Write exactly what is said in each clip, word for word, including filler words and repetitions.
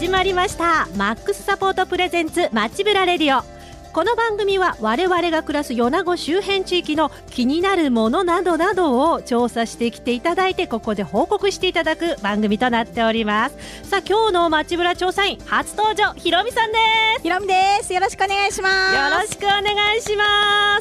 始まりました。マックスサポートプレゼンツ街ブラレディオ。この番組は我々が暮らす米子周辺地域の気になるものなどなどを調査してきていただいて、ここで報告していただく番組となっております。さあ、今日の街ブラ調査員初登場、ひろみさんです。 ひろみです。よろしくお願いします。 よろしくお願いします。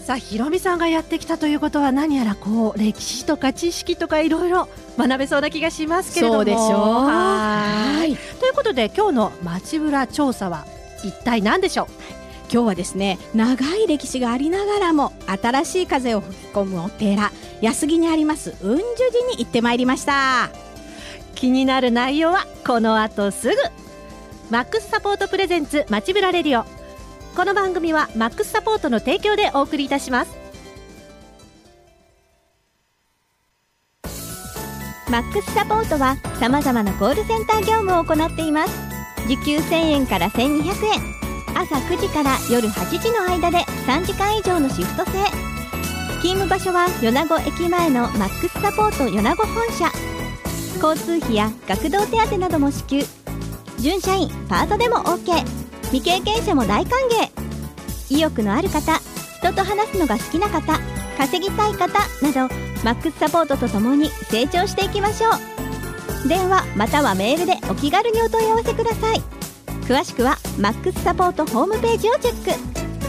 さあ、ひろみさんがやってきたということは、何やらこう歴史とか知識とかいろいろ学べそうな気がしますけれども。 そうでしょう。 はい。ということで、今日の街ブラ調査は一体何でしょう。 今日はですね、長い歴史がありながらも新しい風を吹き込むお寺、安来にあります雲樹寺に行ってまいりました。 気になる内容はこの後すぐ。マックスサポートプレゼンツ街ブラレディオ。この番組はマックスサポートの提供でお送りいたします。 マックスサポートはさまざまなコールセンター業務を行っています。時給せんえんからせんにひゃくえん、朝くじから夜はちじの間でさんじかん以上のシフト制。勤務場所は米子駅前のマックスサポート米子本社。交通費や学童手当なども支給。準社員パートでも OK。 未経験者も大歓迎。意欲のある方、人と話すのが好きな方、稼ぎたい方など、マックスサポートとともに成長していきましょう。電話またはメールでお気軽にお問い合わせください。詳しくはマックスサポートホームページをチェック。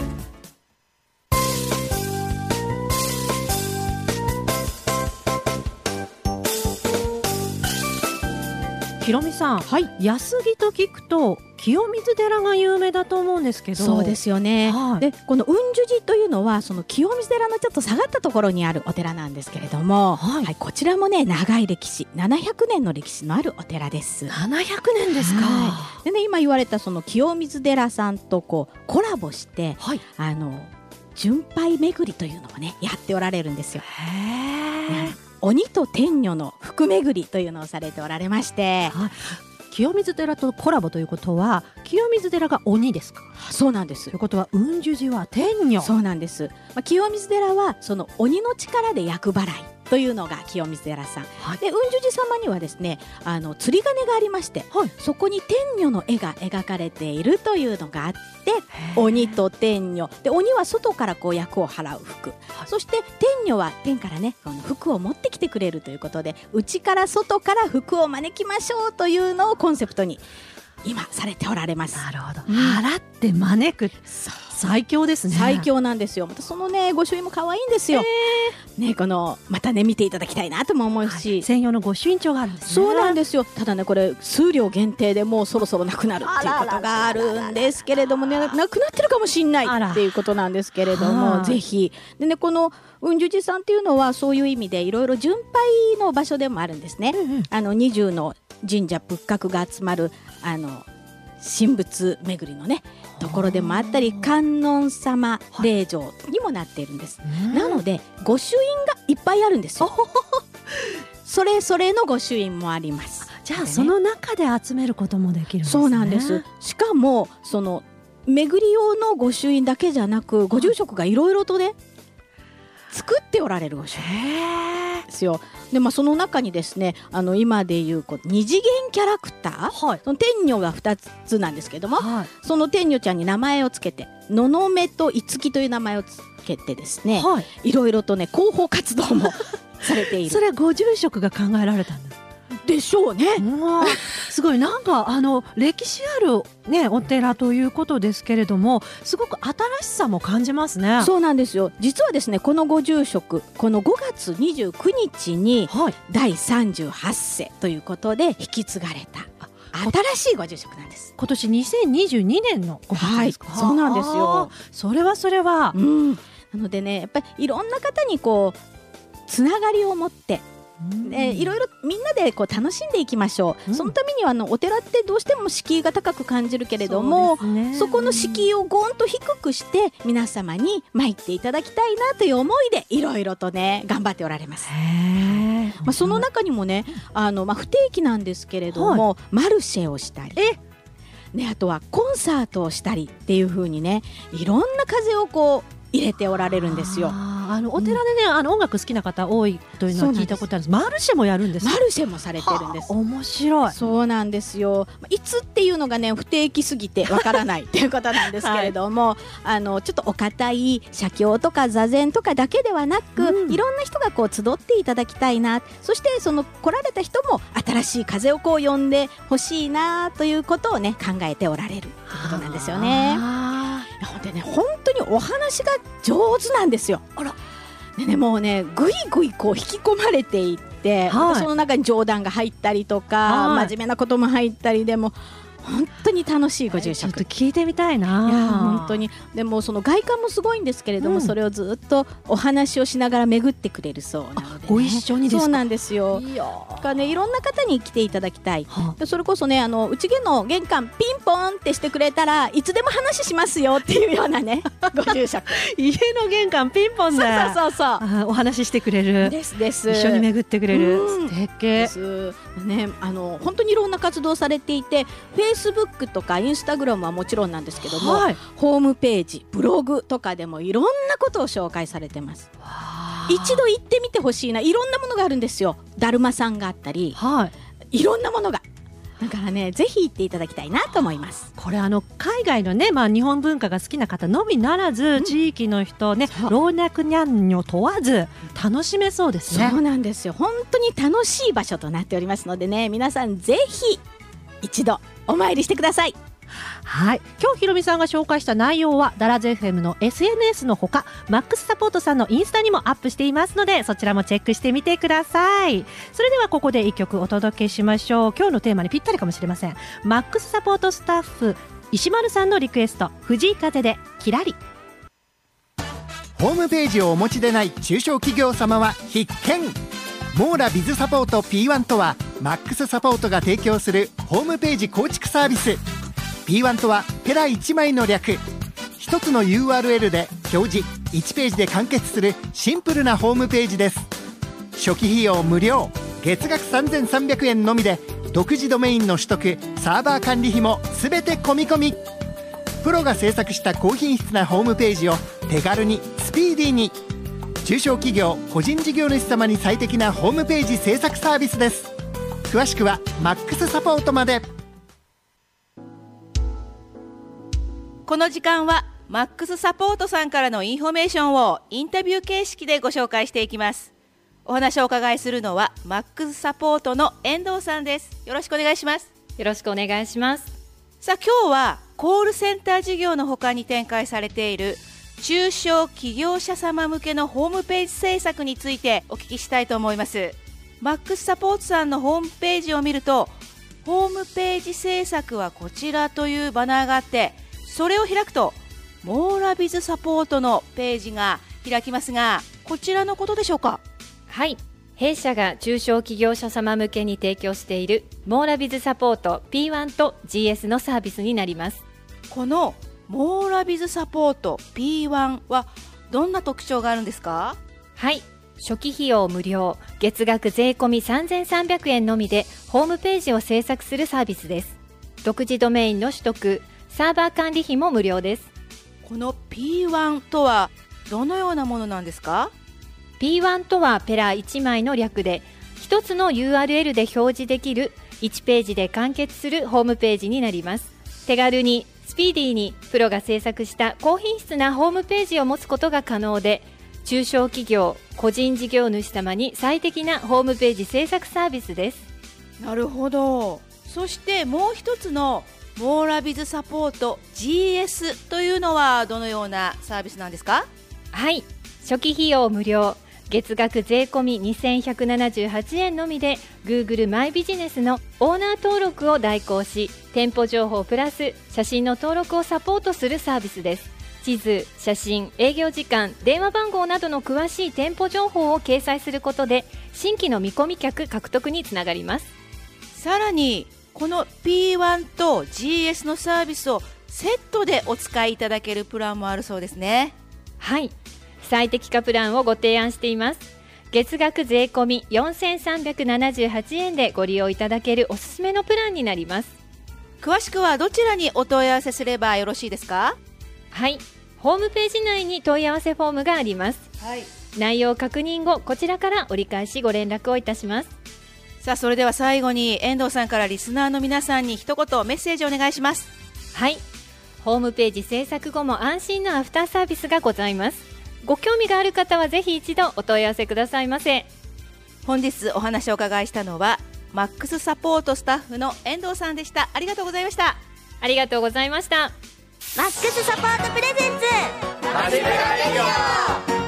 ひろみさん、 はい、 安来と聞くと清水寺が有名だと思うんですけど。 そうですよね、 はい、 でこの雲樹寺というのはその清水寺のちょっと下がったところにあるお寺なんですけれども、はいはい、こちらもね長い歴史、ななひゃくねんの歴史のあるお寺です。 ななひゃくねんですか。 はい、でね、今言われたその清水寺さんとこうコラボして、はい、あの巡拝巡りというのをねやっておられるんですよ。へー、鬼と天女の福巡りというのをされておられまして、 はい、清水寺とコラボということは清水寺が鬼ですか。 そうなんです。 ということは雲樹寺は天女。 そうなんです、まあ、清水寺はその鬼の力で厄払いというのが清水寺さん、はい、で雲樹寺様にはですね、あの釣り鐘がありまして、はい、そこに天女の絵が描かれているというのがあって、鬼と天女で、鬼は外からこう厄を払う服、はい、そして天女は天からねこの服を持ってきてくれるということで、内から外から福を招きましょうというのをコンセプトに今されておられます。 なるほど、うん、払って招く、最強ですね。 最強なんですよ。またそのね御朱印も可愛いんですよ、えーね、このまたね見ていただきたいなとも思うし、はい、 専用の御朱印帳があるんですね。 そうなんですよ。ただねこれ数量限定でもうそろそろなくなるっていうことがあるんですけれどもね、なくなってるかもしれないっていうことなんですけれども、ぜひでね、この雲樹寺さんっていうのはそういう意味でいろいろ巡拝の場所でもあるんですね、うんうん、あのにじゅうの神社仏閣が集まるあの神仏巡りのねところでもあったり、観音様霊場にもなっているんです、はい、なので御朱印がいっぱいあるんですよそれそれの御朱印もあります。 じゃあ、ね、その中で集めることもできるんですね。 そうなんです。しかもその巡り用の御朱印だけじゃなく、ご住職がいろいろとね作っておられる御朱印ですよ。で、まあ、その中にですね、あの今でいうこう二次元キャラクター、はい、その天女がふたつなんですけども、はい、その天女ちゃんに名前をつけて、ののめといつきという名前をつけてですね、はい、いろいろとね広報活動もされている。 それご住職が考えられたんだでしょうね。 すごい、なんかあの歴史ある、ね、お寺ということですけれども、すごく新しさも感じますね。 そうなんですよ。実はですね、このご住職、このごがつにじゅうくにちにだいさんじゅうはっせということで引き継がれた新しいご住職なんです。 今年にせんにじゅうにねんのごがつですか。 はい、そうなんですよ。 それはそれは、 うん、なのでね、やっぱりいろんな方にこうつながりを持ってでいろいろみんなでこう楽しんでいきましょう、うん、そのためにはあのお寺ってどうしても敷居が高く感じるけれども そ,、ね、そこの敷居をゴンと低くして皆様に参っていただきたいなという思いでいろいろとね頑張っておられます。へ、まあ、その中にもねあの、まあ、不定期なんですけれども、はい、マルシェをしたりえね、あとはコンサートをしたりっていう風にねいろんな風をこう入れておられるんですよ。 あのお寺でね、うん、あの音楽好きな方多いというのは聞いたことあるんです。マルシェもやるんですか？ マルシェもされてるんです。 面白い。 そうなんですよ。いつっていうのがね不定期すぎてわからないっていうことなんですけれども、はい、あのちょっとお堅い写経とか座禅とかだけではなく、うん、いろんな人がこう集っていただきたいな、そしてその来られた人も新しい風をこう呼んでほしいなということをね考えておられるということなんですよね。でね、本当にお話が上手なんですよ。あらでね、もうねぐいぐいこう引き込まれていって、はい、その中に冗談が入ったりとか、はい、真面目なことも入ったりでも本当に楽しいご住職、 ちょっと聞いてみたいな。 いや本当にでもその外観もすごいんですけれども、うん、それをずっとお話をしながら巡ってくれるそうなので、ね、 ご一緒にですか？ そうなんですよ。いやだからねいろんな方に来ていただきたい、はあ、それこそねあの内家の玄関ピンポンってしてくれたらいつでも話しますよっていうようなねご住職家の玄関ピンポンでそうそうそうそうお話ししてくれるですです一緒に巡ってくれる、うん、素敵です、ね、あの本当にいろんな活動されていてフェイスブックとかインスタグラムはもちろんなんですけども、はい、ホームページブログとかでもいろんなことを紹介されてます。一度行ってみてほしいな。いろんなものがあるんですよ。だるまさんがあったり、はい、いろんなものがだからねぜひ行っていただきたいなと思います。 これあの海外のね、まあ、日本文化が好きな方のみならず、うん、地域の人ね老若男女問わず楽しめそうですね。 そうなんですよ。本当に楽しい場所となっておりますのでね、皆さんぜひ一度お参りしてください。 はい、今日ひろみさんが紹介した内容はダラズ エフエム の エスエヌエス のほかマックスサポートさんのインスタにもアップしていますので、そちらもチェックしてみてください。それではここでいっきょくお届けしましょう。今日のテーマにぴったりかもしれません。マックスサポートスタッフ石丸さんのリクエスト、藤井風でキラリ。 ホームページをお持ちでない中小企業様は必見。モーラビズサポート ピーワン とはマックスサポートが提供するホームページ構築サービス。 ピーワン とはペラいちまいの略。一つの ユーアールエル で表示いちページで完結するシンプルなホームページです。初期費用無料、月額さんぜんさんびゃくえんのみで独自ドメインの取得、サーバー管理費も全て込み込み。プロが制作した高品質なホームページを手軽にスピーディーに。中小企業個人事業主様に最適なホームページ制作サービスです。詳しくはマックスサポートまで。 この時間はマックスサポートさんからのインフォメーションをインタビュー形式でご紹介していきます。お話をお伺いするのはマックスサポートの遠藤さんです。よろしくお願いします。 よろしくお願いします。 さあ今日はコールセンター事業の他に展開されている中小企業者様向けのホームページ制作についてお聞きしたいと思います。マックスサポートさんのホームページを見ると、ホームページ制作はこちらというバナーがあって、それを開くとモーラビズサポートのページが開きますが、こちらのことでしょうか？ はい、弊社が中小企業者様向けに提供しているモーラビズサポート ピーワン と ジーエス のサービスになります。 このモーラビズサポート ピーワン はどんな特徴があるんですか？ はい、初期費用無料、月額税込みさんぜんさんびゃくえんのみでホームページを制作するサービスです。独自ドメインの取得、サーバー管理費も無料です。 この ピーワン とはどのようなものなんですか？ ピーワン とはペラいちまいの略で、一つの ユーアールエル で表示できるいちページで完結するホームページになります。手軽にスピーディーにプロが制作した高品質なホームページを持つことが可能で、中小企業個人事業主様に最適なホームページ制作サービスです。 なるほど。そしてもう一つのモーラビズサポート ジーエス というのはどのようなサービスなんですか？ はい、初期費用無料、月額税込みにせんひゃくななじゅうはちえんのみで Google マイビジネスのオーナー登録を代行し、店舗情報プラス写真の登録をサポートするサービスです。地図、写真、営業時間、電話番号などの詳しい店舗情報を掲載することで新規の見込み客獲得につながります。 さらにこの ピーワン と ジーエス のサービスをセットでお使いいただけるプランもあるそうですね。 はい、最適化プランをご提案しています。月額税込みよんせんさんびゃくななじゅうはちえんでご利用いただけるおすすめのプランになります。 詳しくはどちらにお問い合わせすればよろしいですか？ はい、ホームページ内に問い合わせフォームがあります。 はい。 内容確認後こちらから折り返しご連絡をいたします。 さあそれでは最後に遠藤さんからリスナーの皆さんに一言メッセージお願いします。 はい、ホームページ制作後も安心のアフターサービスがございます。ご興味がある方はぜひ一度お問い合わせくださいませ。 本日お話をお伺いしたのはマックスサポートスタッフの遠藤さんでした。ありがとうございました。 ありがとうございました。 マックスサポートプレゼンツマジブラレディオ。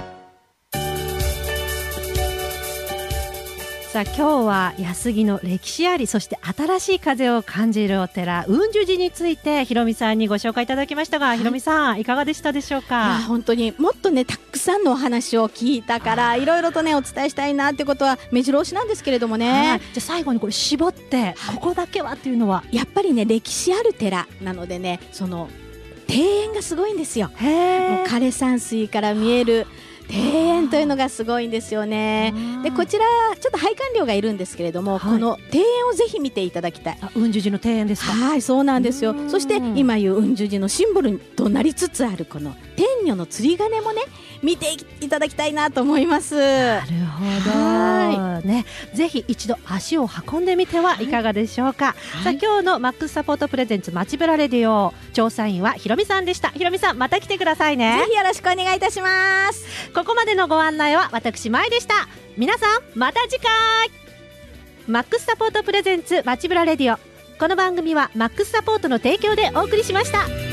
さあ今日は安来の歴史ありそして新しい風を感じるお寺雲樹寺についてひろみさんにご紹介いただきましたが、はい、ひろみさんいかがでしたでしょうか。 いや本当にもっとねたくさんのお話を聞いたからいろいろとねお伝えしたいなってことは目白押しなんですけれどもね、 はい、じゃあ最後にこれ絞ってここだけはっていうのはやっぱりね歴史ある寺なのでねその庭園がすごいんですよ。 へー、 もう枯山水から見える庭園というのがすごいんですよね。でこちらちょっと拝観料がいるんですけれども、はい、この庭園をぜひ見ていただきたい。 あ、雲樹寺の庭園ですか。 はい、そうなんですよ。そして今いう雲樹寺のシンボルとなりつつあるこの天女の釣り鐘もね見ていただきたいなと思います。 なるほどね、ぜひ一度足を運んでみてはいかがでしょうか。はい、さあ今日のマックスサポートプレゼンツ街ブラレディオ調査員はひろみさんでした。ひろみさんまた来てくださいね。 ぜひよろしくお願いいたします。 ここまでのご案内は私まいでした。皆さんまた次回。マックスサポートプレゼンツ街ブラレディオ、この番組はマックスサポートの提供でお送りしました。